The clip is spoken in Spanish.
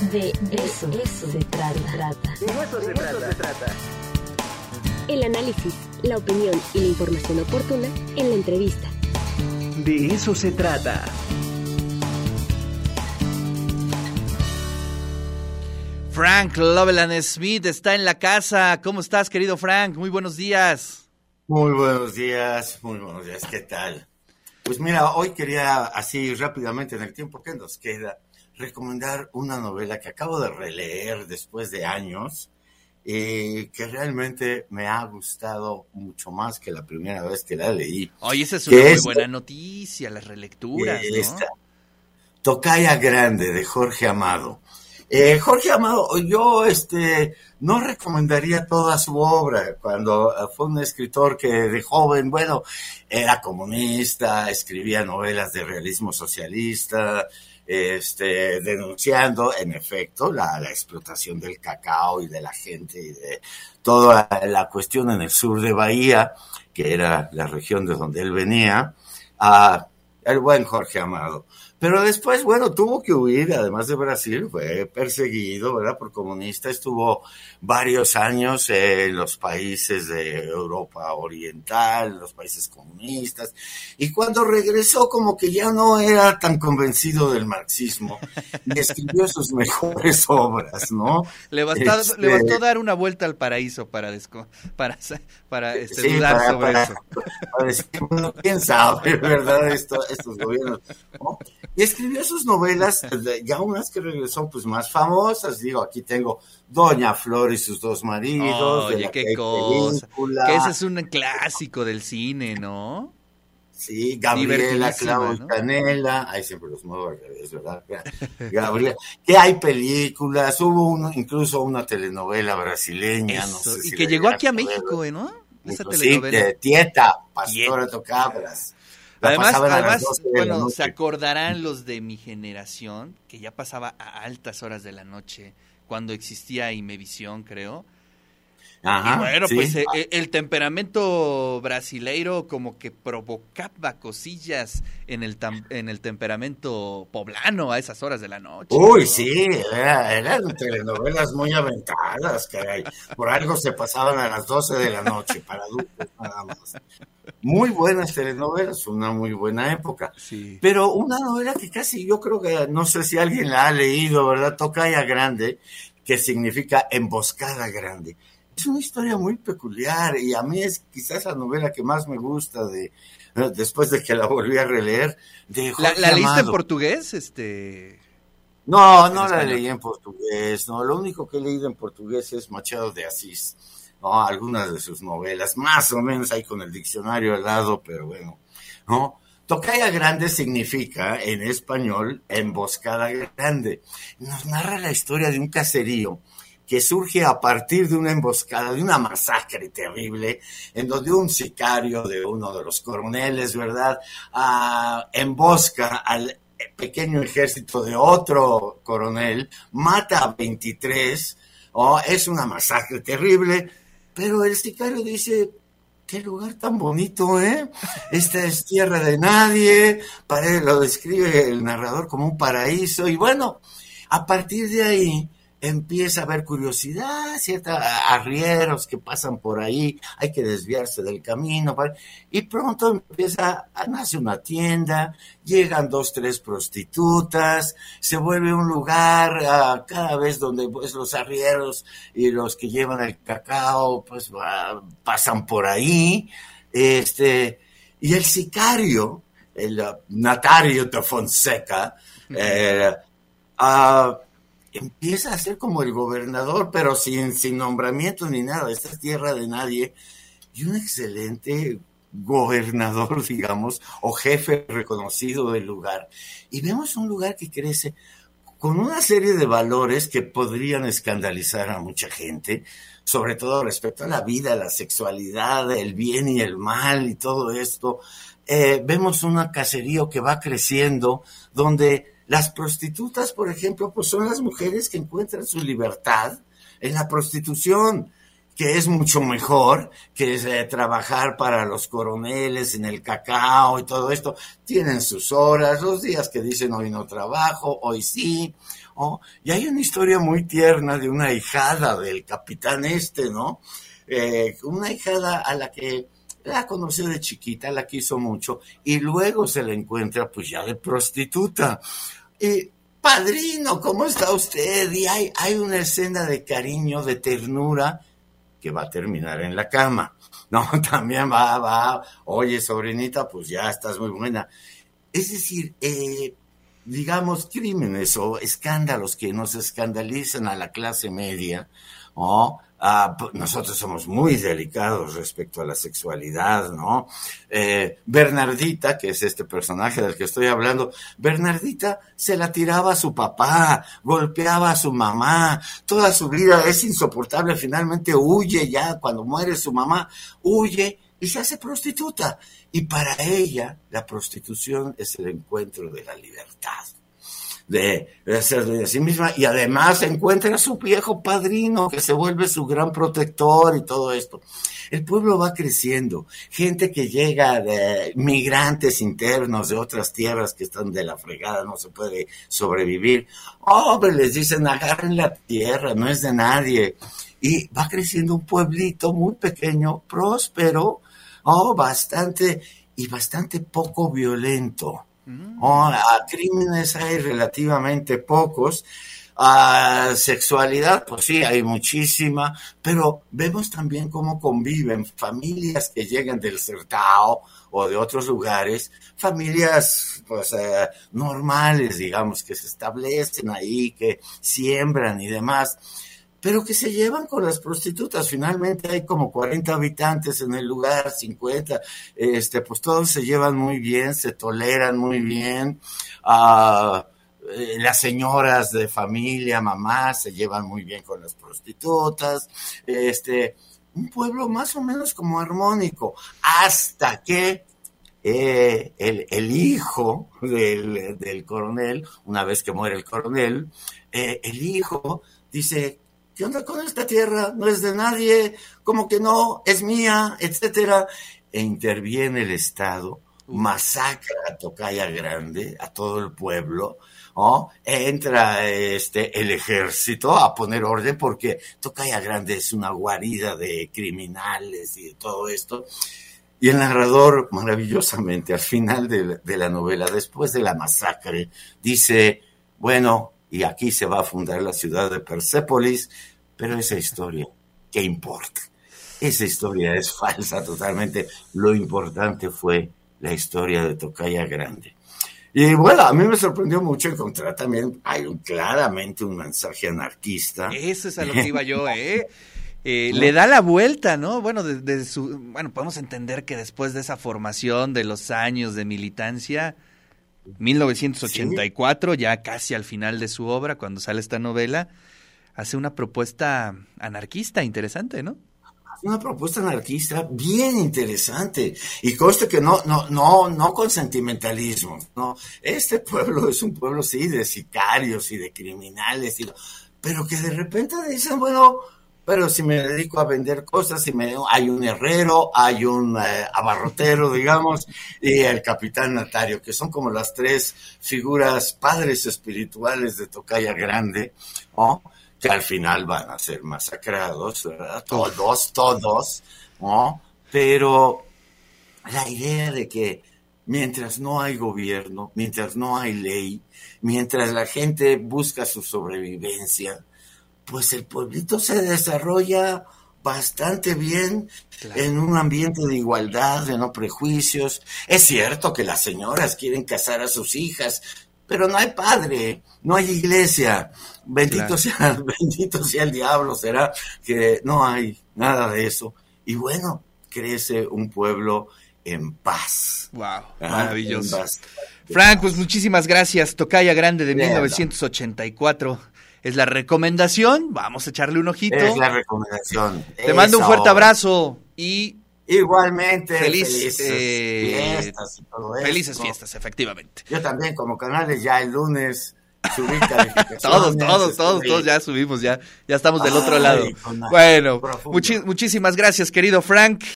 De eso se trata. De eso se trata. El análisis, la opinión y la información oportuna en la entrevista. De eso se trata. Frank Loveland Smith está en la casa. ¿Cómo estás, querido Frank? Muy buenos días. Muy buenos días, ¿qué tal? Pues mira, hoy quería, así rápidamente en el tiempo que nos queda, recomendar una novela que acabo de releer después de años, que realmente me ha gustado mucho más que la primera vez que la leí. Oye, esa es una muy buena noticia, las relecturas, ¿no? Tocaya Grande, de Jorge Amado. Jorge Amado, yo no recomendaría toda su obra. Cuando fue un escritor que de joven, era comunista, escribía novelas de realismo socialista, denunciando en efecto la explotación del cacao y de la gente y de toda la cuestión en el sur de Bahía, que era la región de donde él venía, el buen Jorge Amado. Pero después, tuvo que huir, además de Brasil, fue perseguido, ¿verdad?, por comunistas, estuvo varios años en los países de Europa Oriental, los países comunistas, y cuando regresó como que ya no era tan convencido del marxismo, y escribió sus mejores obras, ¿no? Le bastó dar una vuelta al paraíso para dudar sobre eso. Para decir, quién sabe, ¿verdad?, estos gobiernos, ¿no? Y escribió sus novelas, ya unas que regresó, pues más famosas. Digo, aquí tengo Doña Flor y sus dos maridos. Oye, qué cosa. Que ese es un clásico del cine, ¿no? Sí, Gabriela, Clavo y Canela. Ahí siempre los muevo al revés, ¿verdad? Gabriela. Que hay películas, hubo incluso una telenovela brasileña. Eso, no sé y si que llegó aquí a México, ¿no? Esa telenovela. Sí, de Tieta, Pastora Tocabras. Además, se acordarán los de mi generación, que ya pasaba a altas horas de la noche, cuando existía Imevisión, creo. Ajá, y sí. Pues el temperamento brasileiro como que provocaba cosillas en el temperamento poblano a esas horas de la noche. Uy, ¿no? sí, eran telenovelas muy aventadas, caray. Por algo se pasaban a las 12 de la noche, para adultos nada más. Muy buenas telenovelas, una muy buena época. Sí. Pero una novela que casi yo creo que, no sé si alguien la ha leído, ¿verdad? Tocaya Grande, que significa emboscada grande. Es una historia muy peculiar y a mí es quizás la novela que más me gusta después de que la volví a releer, de Jorge ¿La leíste Amado. en portugués? No la leí en portugués, no. Lo único que he leído en portugués es Machado de Asís, ¿no? Algunas de sus novelas, más o menos ahí con el diccionario al lado, pero bueno, ¿no? Tocaya Grande significa, en español, emboscada grande. Nos narra la historia de un caserío que surge a partir de una emboscada, de una masacre terrible, en donde un sicario de uno de los coroneles, ¿verdad?, embosca al pequeño ejército de otro coronel, mata a 23, es una masacre terrible, pero el sicario dice: qué lugar tan bonito, ¿eh? Esta es tierra de nadie, lo describe el narrador como un paraíso, y a partir de ahí empieza a haber curiosidad, ciertos arrieros que pasan por ahí, hay que desviarse del camino, y pronto nace una tienda, llegan 2, 3 prostitutas, se vuelve un lugar cada vez donde pues los arrieros y los que llevan el cacao pues pasan por ahí, y el sicario, el Natario de Fonseca, empieza a ser como el gobernador, pero sin nombramiento ni nada. Esta es tierra de nadie. Y un excelente gobernador, digamos, o jefe reconocido del lugar. Y vemos un lugar que crece con una serie de valores que podrían escandalizar a mucha gente, sobre todo respecto a la vida, la sexualidad, el bien y el mal y todo esto. Vemos un caserío que va creciendo, donde las prostitutas, por ejemplo, pues son las mujeres que encuentran su libertad en la prostitución, que es mucho mejor que trabajar para los coroneles en el cacao y todo esto. Tienen sus horas, los días que dicen hoy no trabajo, hoy sí, ¿no? Y hay una historia muy tierna de una ahijada del capitán ¿no? Una ahijada a la que la conoció de chiquita, la quiso mucho, y luego se la encuentra pues ya de prostituta. Padrino, ¿cómo está usted? Y hay una escena de cariño, de ternura, que va a terminar en la cama. No, también oye, sobrinita, pues ya estás muy buena. Es decir, digamos, crímenes o escándalos que nos escandalizan a la clase media, ¿no? Nosotros somos muy delicados respecto a la sexualidad, ¿no? Bernardita, que es este personaje del que estoy hablando, Bernardita se la tiraba a su papá, golpeaba a su mamá, toda su vida es insoportable, finalmente huye ya, cuando muere su mamá, huye y se hace prostituta. Y para ella, la prostitución es el encuentro de la libertad, de ser de sí misma, y además encuentra a su viejo padrino que se vuelve su gran protector y todo esto. El pueblo va creciendo, gente que llega de migrantes internos de otras tierras que están de la fregada, no se puede sobrevivir. Hombre, les dicen, agarren la tierra, no es de nadie. Y va creciendo un pueblito muy pequeño, próspero, bastante poco violento. A crímenes hay relativamente pocos, a sexualidad pues sí hay muchísima, pero vemos también cómo conviven familias que llegan del Sertao o de otros lugares, familias pues normales, digamos, que se establecen ahí, que siembran y demás, pero que se llevan con las prostitutas. Finalmente hay como 40 habitantes en el lugar, 50, pues todos se llevan muy bien, se toleran muy bien, las señoras de familia, mamás, se llevan muy bien con las prostitutas, un pueblo más o menos como armónico, hasta que el hijo del coronel, una vez que muere el coronel, el hijo dice, ¿qué onda con esta tierra? No es de nadie, como que no, es mía, etcétera. E interviene el Estado, masacra a Tocaya Grande, a todo el pueblo, ¿no? Entra el ejército a poner orden porque Tocaya Grande es una guarida de criminales y de todo esto. Y el narrador, maravillosamente, al final de la novela, después de la masacre, dice, bueno, y aquí se va a fundar la ciudad de Persépolis, pero esa historia, ¿qué importa? Esa historia es falsa totalmente. Lo importante fue la historia de Tocaya Grande. Y bueno, a mí me sorprendió mucho encontrar también, claramente un mensaje anarquista. Eso es a lo que iba yo, le da la vuelta, ¿no? Bueno, podemos entender que después de esa formación de los años de militancia, 1984, sí, ya casi al final de su obra, cuando sale esta novela, hace una propuesta anarquista interesante, ¿no? Una propuesta anarquista bien interesante, y conste que no con sentimentalismo, no. Este pueblo es un pueblo, sí, de sicarios y de criminales, pero que de repente dicen, bueno, pero si me dedico a vender cosas, hay un herrero, hay un abarrotero, digamos, y el capitán Natario, que son como las tres figuras padres espirituales de Tocaya Grande, ¿no? Que al final van a ser masacrados, ¿verdad? Todos, ¿no? Pero la idea de que mientras no hay gobierno, mientras no hay ley, mientras la gente busca su sobrevivencia, pues el pueblito se desarrolla bastante bien, claro, en un ambiente de igualdad, de no prejuicios. Es cierto que las señoras quieren casar a sus hijas, pero no hay padre, no hay iglesia. Bendito sea el diablo, será que no hay nada de eso. Y bueno, crece un pueblo en paz. Wow, maravilloso. Frank, pues muchísimas gracias. Tocaya Grande de 1984. Es la recomendación, vamos a echarle un ojito. Es la recomendación. Te mando un fuerte abrazo y... Igualmente, felices fiestas y todo eso. Felices fiestas, efectivamente. Yo también, como canales, ya el lunes subí calificaciones. todos ya subimos, ya estamos del otro lado. Bueno, muchísimas gracias, querido Frank.